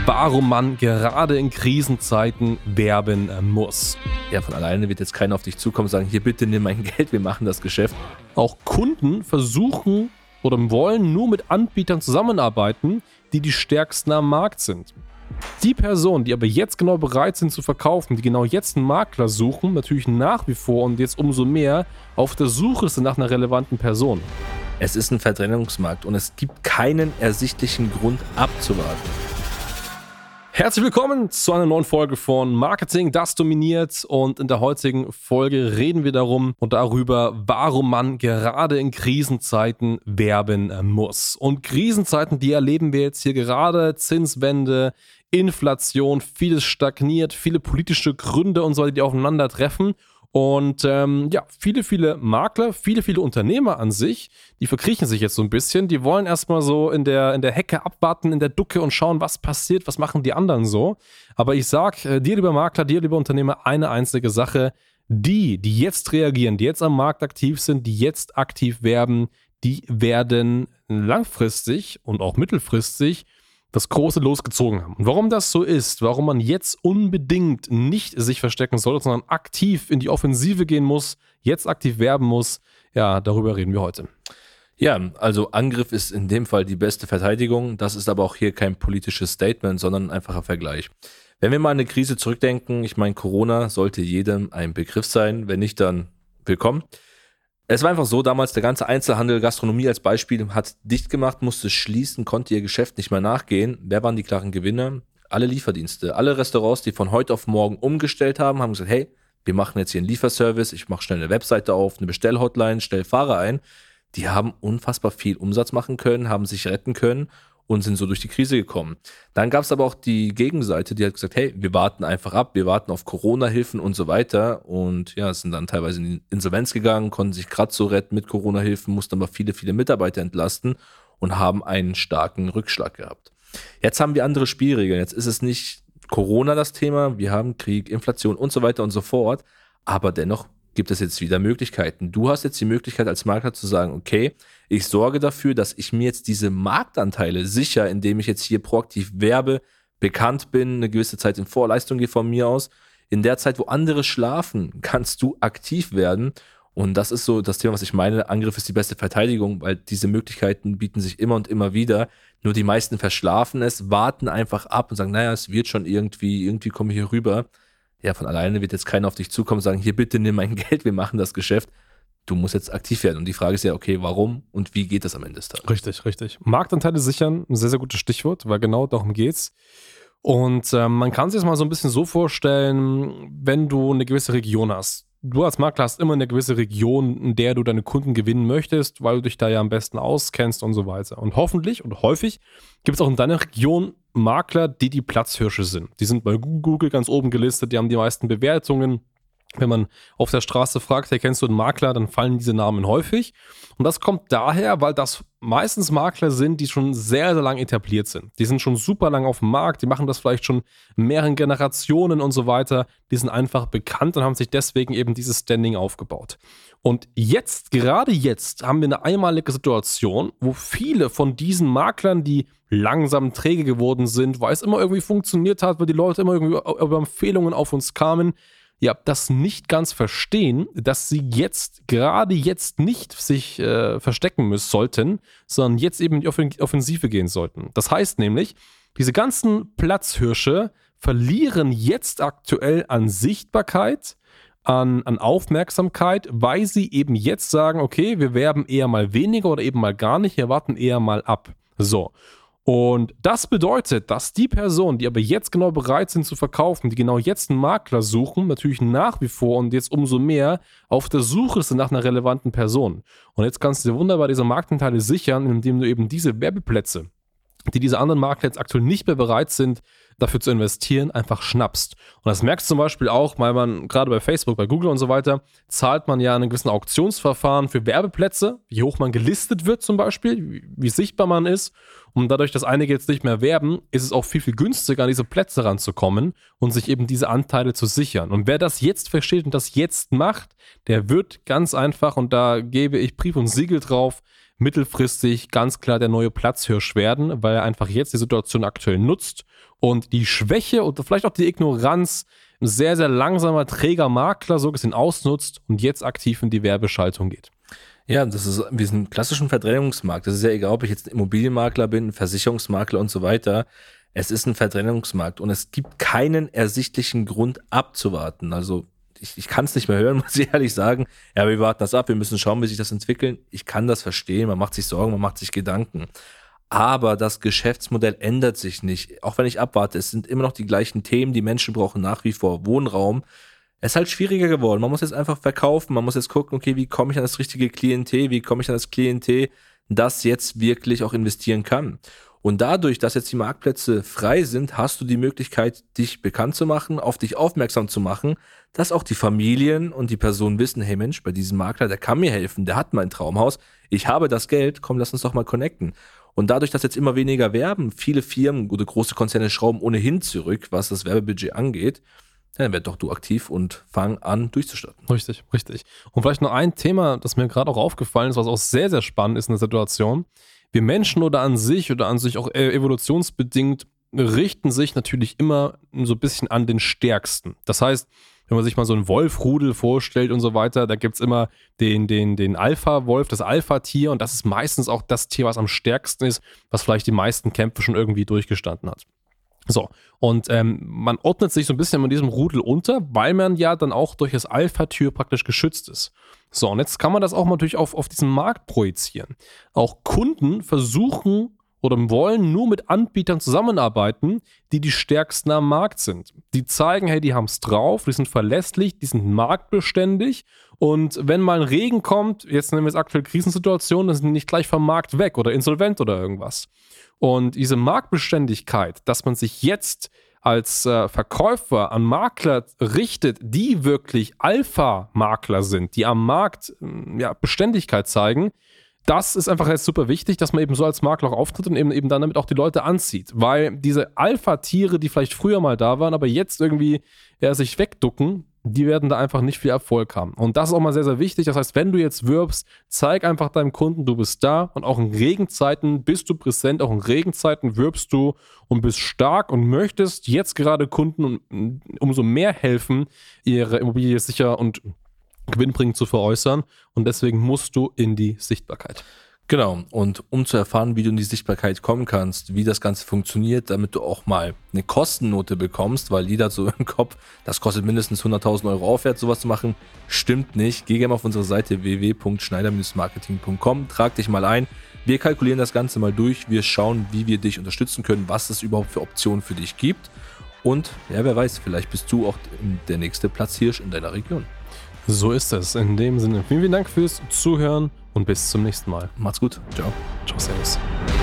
warum man gerade in Krisenzeiten werben muss. Ja, von alleine wird jetzt keiner auf dich zukommen und sagen, hier bitte nimm mein Geld, wir machen das Geschäft. Auch Kunden versuchen oder wollen nur mit Anbietern zusammenarbeiten, die die stärksten am Markt sind. Die Personen, die aber jetzt genau bereit sind zu verkaufen, die genau jetzt einen Makler suchen, natürlich nach wie vor und jetzt umso mehr auf der Suche sind nach einer relevanten Person. Es ist ein Verdrängungsmarkt und es gibt keinen ersichtlichen Grund abzuwarten. Herzlich willkommen zu einer neuen Folge von Marketing, das dominiert, und in der heutigen Folge reden wir darum und darüber, warum man gerade in Krisenzeiten werben muss. Und Krisenzeiten, die erleben wir jetzt hier gerade, Zinswende, Inflation, vieles stagniert, viele politische Gründe und so weiter, die aufeinandertreffen. Und viele Makler, viele Unternehmer an sich, die verkriechen sich jetzt so ein bisschen. Die wollen erstmal so in der Hecke abwarten, in der Ducke und schauen, was passiert, was machen die anderen so. Aber ich sag dir, lieber Makler, dir, lieber Unternehmer, eine einzige Sache. Die jetzt reagieren, die jetzt am Markt aktiv sind, die jetzt aktiv werben, die werden langfristig und auch mittelfristig das große losgezogen haben. Und warum das so ist, warum man jetzt unbedingt nicht sich verstecken sollte, sondern aktiv in die Offensive gehen muss, jetzt aktiv werben muss, ja, darüber reden wir heute. Ja, also Angriff ist in dem Fall die beste Verteidigung. Das ist aber auch hier kein politisches Statement, sondern ein einfacher Vergleich. Wenn wir mal an eine Krise zurückdenken, ich meine, Corona sollte jedem ein Begriff sein. Wenn nicht, dann willkommen. Es war einfach so, damals der ganze Einzelhandel, Gastronomie als Beispiel, hat dicht gemacht, musste schließen, konnte ihr Geschäft nicht mehr nachgehen. Wer waren die klaren Gewinner? Alle Lieferdienste, alle Restaurants, die von heute auf morgen umgestellt haben gesagt, hey, wir machen jetzt hier einen Lieferservice, ich mache schnell eine Webseite auf, eine Bestellhotline, stell Fahrer ein. Die haben unfassbar viel Umsatz machen können, haben sich retten können und sind so durch die Krise gekommen. Dann gab es aber auch die Gegenseite, die hat gesagt, hey, wir warten einfach ab, wir warten auf Corona-Hilfen und so weiter, und ja, sind dann teilweise in die Insolvenz gegangen, konnten sich gerade so retten mit Corona-Hilfen, mussten aber viele Mitarbeiter entlasten und haben einen starken Rückschlag gehabt. Jetzt haben wir andere Spielregeln, jetzt ist es nicht Corona das Thema, wir haben Krieg, Inflation und so weiter und so fort, aber dennoch gibt es jetzt wieder Möglichkeiten. Du hast jetzt die Möglichkeit als Makler zu sagen, okay, ich sorge dafür, dass ich mir jetzt diese Marktanteile sicher, indem ich jetzt hier proaktiv werbe, bekannt bin, eine gewisse Zeit in Vorleistung gehe von mir aus. In der Zeit, wo andere schlafen, kannst du aktiv werden. Und das ist so das Thema, was ich meine. Angriff ist die beste Verteidigung, weil diese Möglichkeiten bieten sich immer und immer wieder. Nur die meisten verschlafen es, warten einfach ab und sagen, naja, es wird schon irgendwie komme ich hier rüber. Ja, von alleine wird jetzt keiner auf dich zukommen und sagen, hier bitte nimm mein Geld, wir machen das Geschäft. Du musst jetzt aktiv werden. Und die Frage ist ja, okay, warum und wie geht das am Ende des Tages? Richtig. Marktanteile sichern, ein sehr, sehr gutes Stichwort, weil genau darum geht's. Und man kann sich das mal so ein bisschen so vorstellen, wenn du eine gewisse Region hast. Du als Makler hast immer eine gewisse Region, in der du deine Kunden gewinnen möchtest, weil du dich da ja am besten auskennst und so weiter. Und hoffentlich und häufig gibt es auch in deiner Region Makler, die Platzhirsche sind. Die sind bei Google ganz oben gelistet, die haben die meisten Bewertungen. Wenn man auf der Straße fragt, hey, kennst du einen Makler, dann fallen diese Namen häufig. Und das kommt daher, weil das meistens Makler sind, die schon sehr, sehr lang etabliert sind. Die sind schon super lang auf dem Markt, die machen das vielleicht schon mehreren Generationen und so weiter. Die sind einfach bekannt und haben sich deswegen eben dieses Standing aufgebaut. Und jetzt, gerade jetzt, haben wir eine einmalige Situation, wo viele von diesen Maklern, die langsam träge geworden sind, weil es immer irgendwie funktioniert hat, weil die Leute immer irgendwie über Empfehlungen auf uns kamen, ja, das nicht ganz verstehen, dass sie jetzt, gerade jetzt nicht sich verstecken sollten, sondern jetzt eben in die Offensive gehen sollten. Das heißt nämlich, diese ganzen Platzhirsche verlieren jetzt aktuell an Sichtbarkeit, an Aufmerksamkeit, weil sie eben jetzt sagen, okay, wir werben eher mal weniger oder eben mal gar nicht, wir warten eher mal ab. So. Und das bedeutet, dass die Personen, die aber jetzt genau bereit sind zu verkaufen, die genau jetzt einen Makler suchen, natürlich nach wie vor und jetzt umso mehr auf der Suche sind nach einer relevanten Person. Und jetzt kannst du dir wunderbar diese Marktanteile sichern, indem du eben diese Werbeplätze, die diese anderen Makler jetzt aktuell nicht mehr bereit sind, dafür zu investieren, einfach schnappst. Und das merkst du zum Beispiel auch, weil man gerade bei Facebook, bei Google und so weiter, zahlt man ja einen gewissen Auktionsverfahren für Werbeplätze, wie hoch man gelistet wird zum Beispiel, wie sichtbar man ist. Und dadurch, dass einige jetzt nicht mehr werben, ist es auch viel günstiger, an diese Plätze ranzukommen und sich eben diese Anteile zu sichern. Und wer das jetzt versteht und das jetzt macht, der wird ganz einfach, und da gebe ich Brief und Siegel drauf, mittelfristig ganz klar der neue Platzhirsch werden, weil er einfach jetzt die Situation aktuell nutzt und die Schwäche und vielleicht auch die Ignoranz sehr, sehr langsamer, träger Makler so gesehen ausnutzt und jetzt aktiv in die Werbeschaltung geht. Ja, das ist wie ein klassischen Verdrängungsmarkt. Das ist ja egal, ob ich jetzt ein Immobilienmakler bin, ein Versicherungsmakler und so weiter. Es ist ein Verdrängungsmarkt und es gibt keinen ersichtlichen Grund abzuwarten. Also ich kann es nicht mehr hören, muss ich ehrlich sagen. Ja, wir warten das ab, wir müssen schauen, wie sich das entwickelt. Ich kann das verstehen, man macht sich Sorgen, man macht sich Gedanken. Aber das Geschäftsmodell ändert sich nicht. Auch wenn ich abwarte, es sind immer noch die gleichen Themen, die Menschen brauchen nach wie vor Wohnraum. Es ist halt schwieriger geworden. Man muss jetzt einfach verkaufen, man muss jetzt gucken, okay, wie komme ich an das richtige Klientel, wie komme ich an das Klientel, das jetzt wirklich auch investieren kann. Und dadurch, dass jetzt die Marktplätze frei sind, hast du die Möglichkeit, dich bekannt zu machen, auf dich aufmerksam zu machen, dass auch die Familien und die Personen wissen, hey Mensch, bei diesem Makler, der kann mir helfen, der hat mein Traumhaus, ich habe das Geld, komm, lass uns doch mal connecten. Und dadurch, dass jetzt immer weniger werben, viele Firmen oder große Konzerne schrauben ohnehin zurück, was das Werbebudget angeht, dann werd doch du aktiv und fang an durchzustarten. Richtig, richtig. Und vielleicht noch ein Thema, das mir gerade auch aufgefallen ist, was auch sehr, sehr spannend ist in der Situation. Wir Menschen oder an sich auch evolutionsbedingt richten sich natürlich immer so ein bisschen an den Stärksten. Das heißt, wenn man sich mal so einen Wolfrudel vorstellt und so weiter, da gibt es immer den Alpha-Wolf, das Alpha-Tier und das ist meistens auch das Tier, was am stärksten ist, was vielleicht die meisten Kämpfe schon irgendwie durchgestanden hat. So, und man ordnet sich so ein bisschen in diesem Rudel unter, weil man ja dann auch durch das Alpha-Tier praktisch geschützt ist. So, und jetzt kann man das auch natürlich auf diesen Markt projizieren. Auch Kunden versuchen oder wollen nur mit Anbietern zusammenarbeiten, die die stärksten am Markt sind. Die zeigen, hey, die haben es drauf, die sind verlässlich, die sind marktbeständig und wenn mal ein Regen kommt, jetzt nehmen wir jetzt aktuell Krisensituationen, dann sind die nicht gleich vom Markt weg oder insolvent oder irgendwas. Und diese Marktbeständigkeit, dass man sich jetzt als Verkäufer an Makler richtet, die wirklich Alpha-Makler sind, die am Markt Beständigkeit zeigen, das ist einfach jetzt super wichtig, dass man eben so als Makler auch auftritt und eben dann damit auch die Leute anzieht. Weil diese Alpha-Tiere, die vielleicht früher mal da waren, aber jetzt irgendwie sich wegducken, die werden da einfach nicht viel Erfolg haben. Und das ist auch mal sehr, sehr wichtig. Das heißt, wenn du jetzt wirbst, zeig einfach deinem Kunden, du bist da und auch in Regenzeiten bist du präsent, auch in Regenzeiten wirbst du und bist stark und möchtest jetzt gerade Kunden umso mehr helfen, ihre Immobilie sicher und gewinnbringend zu veräußern und deswegen musst du in die Sichtbarkeit. Genau, und um zu erfahren, wie du in die Sichtbarkeit kommen kannst, wie das Ganze funktioniert, damit du auch mal eine Kostennote bekommst, weil jeder hat so im Kopf, das kostet mindestens 100.000 Euro aufwärts, sowas zu machen, stimmt nicht. Geh gerne mal auf unsere Seite www.schneider-marketing.com, trag dich mal ein, wir kalkulieren das Ganze mal durch, wir schauen, wie wir dich unterstützen können, was es überhaupt für Optionen für dich gibt und ja, wer weiß, vielleicht bist du auch der nächste Platzhirsch in deiner Region. So ist es. In dem Sinne, vielen, vielen Dank fürs Zuhören und bis zum nächsten Mal. Macht's gut. Ciao. Ciao, servus.